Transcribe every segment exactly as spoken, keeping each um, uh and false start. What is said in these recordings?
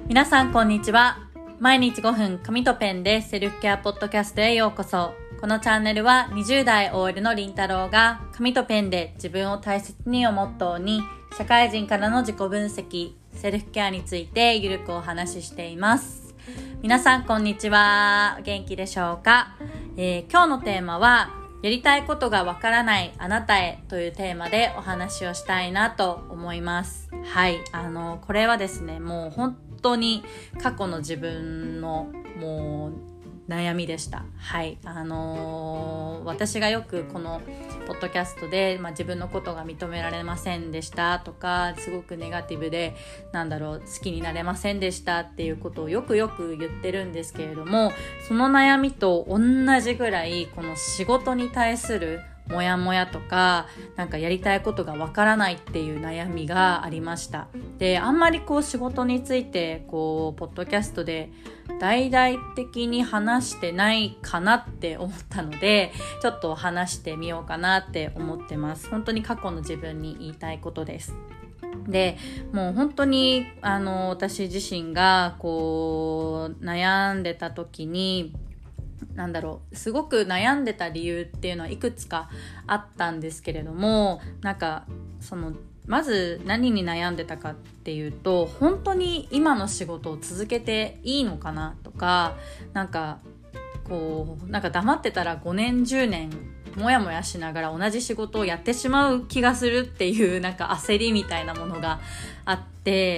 皆さんこんにちは。毎日ごふん紙とペンでセルフケアポッドキャストへようこそ。このチャンネルはにじゅう代 オーエル のりんたろうが紙とペンで自分を大切にをモットーに社会人からの自己分析、セルフケアについてゆるくお話ししています。皆さんこんにちは。お元気でしょうか。えー、今日のテーマはやりたいことがわからないあなたへというテーマでお話をしたいなと思います。はい、あのこれはですね、もう本当に過去の自分のもう悩みでした。はい、あのー、私がよくこのポッドキャストで、まあ、自分のことが認められませんでしたとか、すごくネガティブでなんだろう好きになれませんでしたっていうことをよくよく言ってるんですけれども、その悩みと同じぐらいこの仕事に対するモヤモヤとか、なんかやりたいことがわからないっていう悩みがありました。で、あんまりこう仕事についてこうポッドキャストで大々的に話してないかなって思ったので、ちょっと話してみようかなって思ってます。本当に過去の自分に言いたいことです。で、もう本当にあの私自身がこう悩んでた時に、なんだろうすごく悩んでた理由っていうのはいくつかあったんですけれども、なんかそのまず何に悩んでたかっていうと、本当に今の仕事を続けていいのかなとか、なんかこうなんか黙ってたらごねんじゅうねんもやもやしながら同じ仕事をやってしまう気がするっていうなんか焦りみたいなものがあって、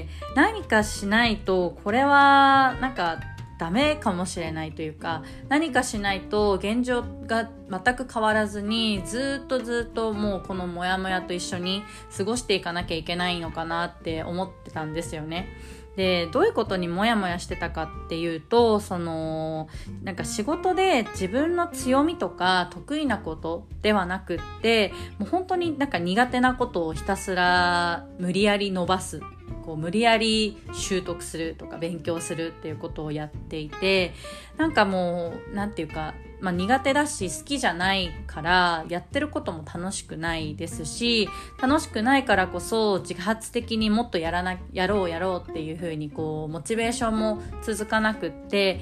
何かしないとこれはなんかダメかもしれないというか、何かしないと現状が全く変わらずにずっとずっともうこのモヤモヤと一緒に過ごしていかなきゃいけないのかなって思ってたんですよね。で、どういうことにモヤモヤしてたかっていうと、そのなんか仕事で自分の強みとか得意なことではなくって、もう本当になんか苦手なことをひたすら無理やり伸ばす、こう無理やり習得するとか勉強するっていうことをやっていて、なんかもうなんていうか、まあ、苦手だし好きじゃないからやってることも楽しくないですし、楽しくないからこそ自発的にもっとやらなやろうやろうっていう風にこうモチベーションも続かなくって、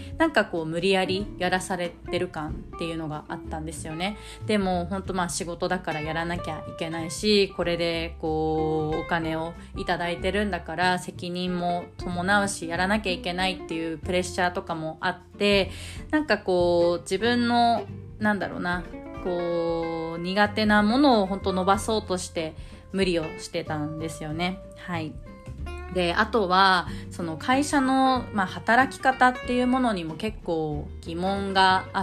なんかこう無理やりやらされてる感っていうのがあったんですよね。でも本当まあ仕事だからやらなきゃいけないし、これでこうお金をいただいてるんだから責任も伴うしやらなきゃいけないっていうプレッシャーとかもあって、なんかこう自分のなんだろうなこう苦手なものを本当伸ばそうとして無理をしてたんですよね。はい。で、あとはその会社の、まあ、働き方っていうものにも結構疑問があって、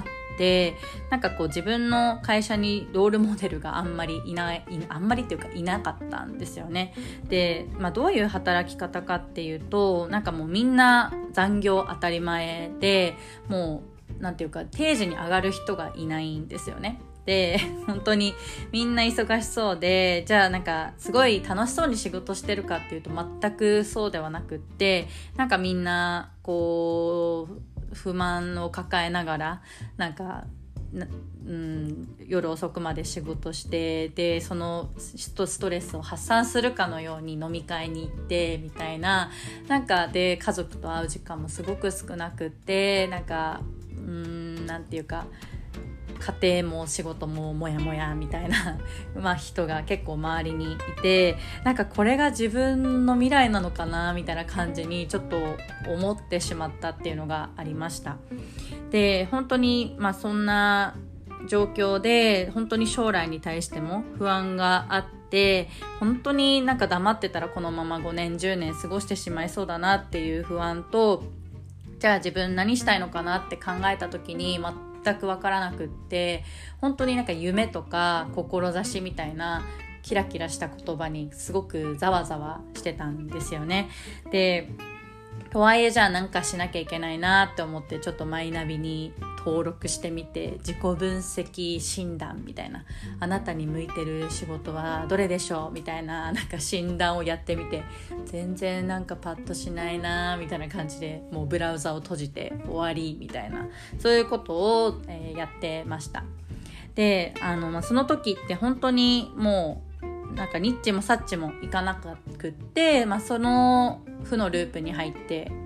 なんかこう自分の会社にロールモデルがあんまりいないあんまりっていうかいなかったんですよね。で、まあ、どういう働き方かっていうと、なんかもうみんな残業当たり前で、もうなんていうか定時に上がる人がいないんですよね。で、本当にみんな忙しそうで、じゃあなんかすごい楽しそうに仕事してるかっていうと全くそうではなくって、なんかみんなこう不満を抱えながらなんかな、うん、夜遅くまで仕事して、でそのストレスを発散するかのように飲み会に行ってみたいな、なんかで家族と会う時間もすごく少なくって、なんかうーんなんていうか家庭も仕事もモヤモヤみたいなまあ人が結構周りにいて、なんかこれが自分の未来なのかなみたいな感じにちょっと思ってしまったっていうのがありました。で、本当にまあそんな状況で本当に将来に対しても不安があって、本当になんか黙ってたらこのままごねんじゅうねん過ごしてしまいそうだなっていう不安と、じゃあ自分何したいのかなって考えた時に全く分からなくって、本当になんか夢とか志みたいなキラキラした言葉にすごくざわざわしてたんですよね。で、とはいえじゃあなんかしなきゃいけないなって思ってちょっとマイナビに登録してみて、自己分析診断みたいな、あなたに向いてる仕事はどれでしょうみたいな、なんか診断をやってみて、全然なんかパッとしないなみたいな感じで、もうブラウザを閉じて終わりみたいな、そういうことを、えー、やってました。で、あの、まあ、その時って本当にもうなんかニッチもサッチもいかなくって、まあ、その負のループに入って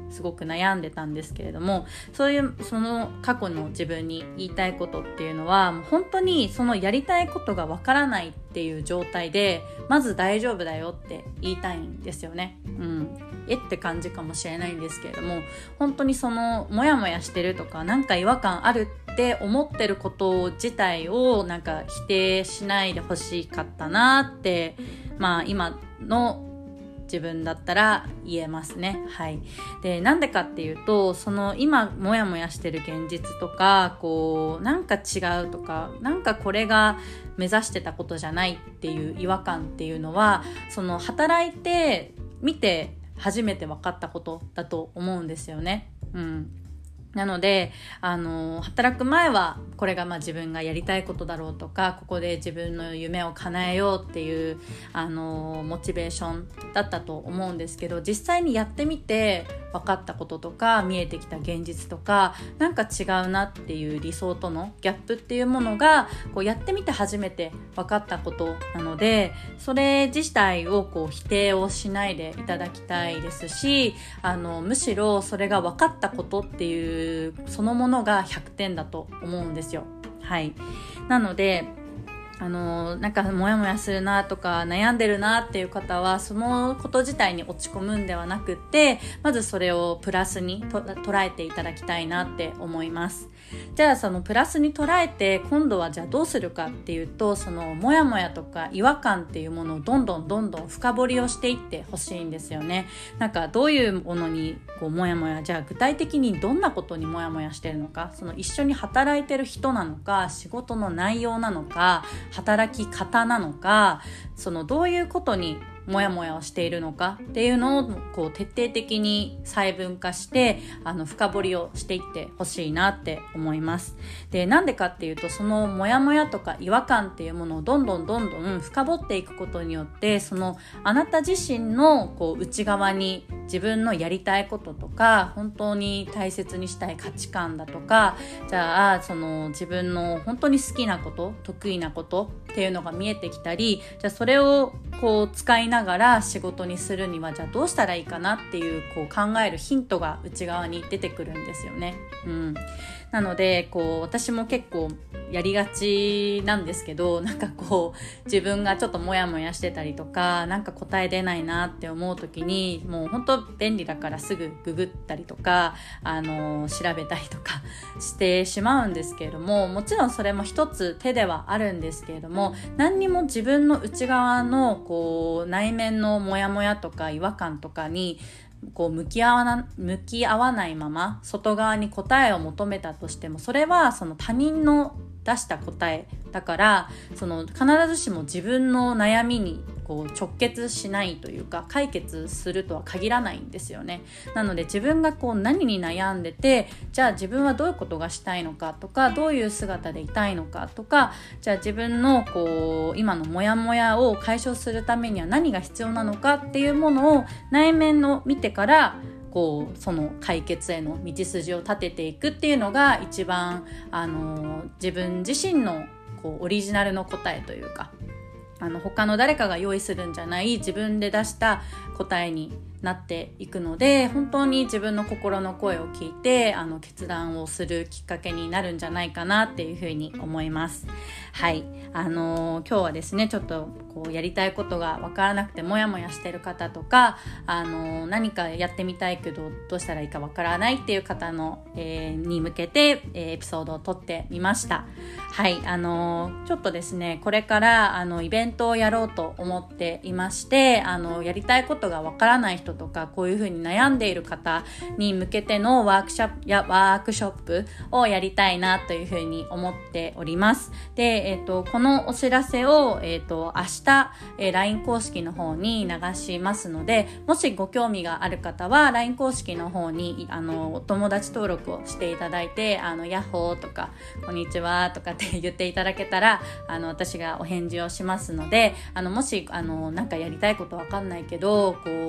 すごく悩んでたんですけれども、そういうその過去の自分に言いたいことっていうのは、もう本当にそのやりたいことがわからないっていう状態でまず大丈夫だよって言いたいんですよね。うん、えって感じかもしれないんですけれども、本当にそのモヤモヤしてるとかなんか違和感あるって思ってること自体をなんか否定しないでほしかったなって、まあ今の自分だったら言えますね。はい。で、なんでかっていうと、その今モヤモヤしてる現実とか、こうなんか違うとか、なんかこれが目指してたことじゃないっていう違和感っていうのは、その働いてみて初めて分かったことだと思うんですよね。うん。なので、あの働く前はこれがまあ自分がやりたいことだろうとか、ここで自分の夢を叶えようっていうあのモチベーションだったと思うんですけど、実際にやってみて分かったこととか見えてきた現実とか、なんか違うなっていう理想とのギャップっていうものがこうやってみて初めて分かったことなので、それ自体をこう否定をしないでいただきたいですし、あのむしろそれが分かったことっていうそのものがひゃくてんだと思うんですよ。はい。なのであのなんかモヤモヤするなとか悩んでるなっていう方は、そのこと自体に落ち込むんではなくって、まずそれをプラスにと捉えていただきたいなって思います。じゃあそのプラスに捉えて今度はじゃあどうするかっていうと、そのモヤモヤとか違和感っていうものをどんどんどんどん深掘りをしていってほしいんですよね。なんかどういうものにこうモヤモヤ、じゃあ具体的にどんなことにモヤモヤしてるのか、その一緒に働いてる人なのか、仕事の内容なのか、働き方なのか、そのどういうことにモヤモヤをしているのかっていうのをこう徹底的に細分化してあの深掘りをしていってほしいなって思います。で、なんでかっていうと、そのモヤモヤとか違和感っていうものをどんどんどんどん深掘っていくことによって、そのあなた自身のこう内側に自分のやりたいこととか、本当に大切にしたい価値観だとか、じゃあその自分の本当に好きなこと、得意なことっていうのが見えてきたり、じゃあそれをこう使いながら仕事にするにはじゃあどうしたらいいかなっていう、こう考えるヒントが内側に出てくるんですよね。うん。なのでこう私も結構やりがちなんですけど、なんかこう自分がちょっとモヤモヤしてたりとか、なんか答え出ないなって思う時に、もう本当便利だからすぐググったりとか、あの調べたりとかしてしまうんですけれども、もちろんそれも一つ手ではあるんですけれども、何にも自分の内側のこう内面のモヤモヤとか違和感とかにこう向き合わな、向き合わないまま外側に答えを求めたとしても、それはその他人の出した答えだから、その必ずしも自分の悩みにこう直結しないというか、解決するとは限らないんですよね。なので自分がこう何に悩んでて、じゃあ自分はどういうことがしたいのかとか、どういう姿でいたいのかとか、じゃあ自分のこう今のモヤモヤを解消するためには何が必要なのかっていうものを内面の見てから、こうその解決への道筋を立てていくっていうのが一番あの自分自身のこうオリジナルの答えというか、あの他の誰かが用意するんじゃない自分で出した答えになっていくので、本当に自分の心の声を聞いてあの決断をするきっかけになるんじゃないかなっていうふうに思います。はい、あのー、今日はですね、ちょっとこうやりたいことがわからなくてモヤモヤしてる方とか、あのー、何かやってみたいけどどうしたらいいかわからないっていう方の、えー、に向けて、えー、エピソードを撮ってみました。はい、あのー、ちょっとですね、これからあのイベントをやろうと思っていまして、あのやりたいことがわからない人とか、こういうふうに悩んでいる方に向けてのワークショップやワークショップをやりたいなというふうに思っております。で、えっと、このお知らせを、えっと、明日、えー、ライン 公式の方に流しますので、もしご興味がある方は ライン 公式の方にあのお友達登録をしていただいて、あのヤッホーとかこんにちはとかって言っていただけたら、あの私がお返事をしますので、あのもしあのなんかやりたいことわかんないけど、こう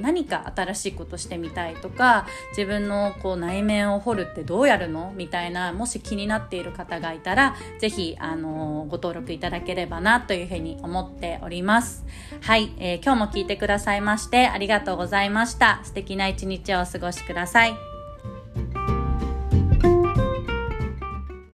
何か新しいことしてみたいとか、自分のこう内面を掘るってどうやるのみたいな、もし気になっている方がいたら、ぜひあのご登録いただければなというふうに思っております。はい、えー、今日も聞いてくださいましてありがとうございました。素敵な一日をお過ごしください。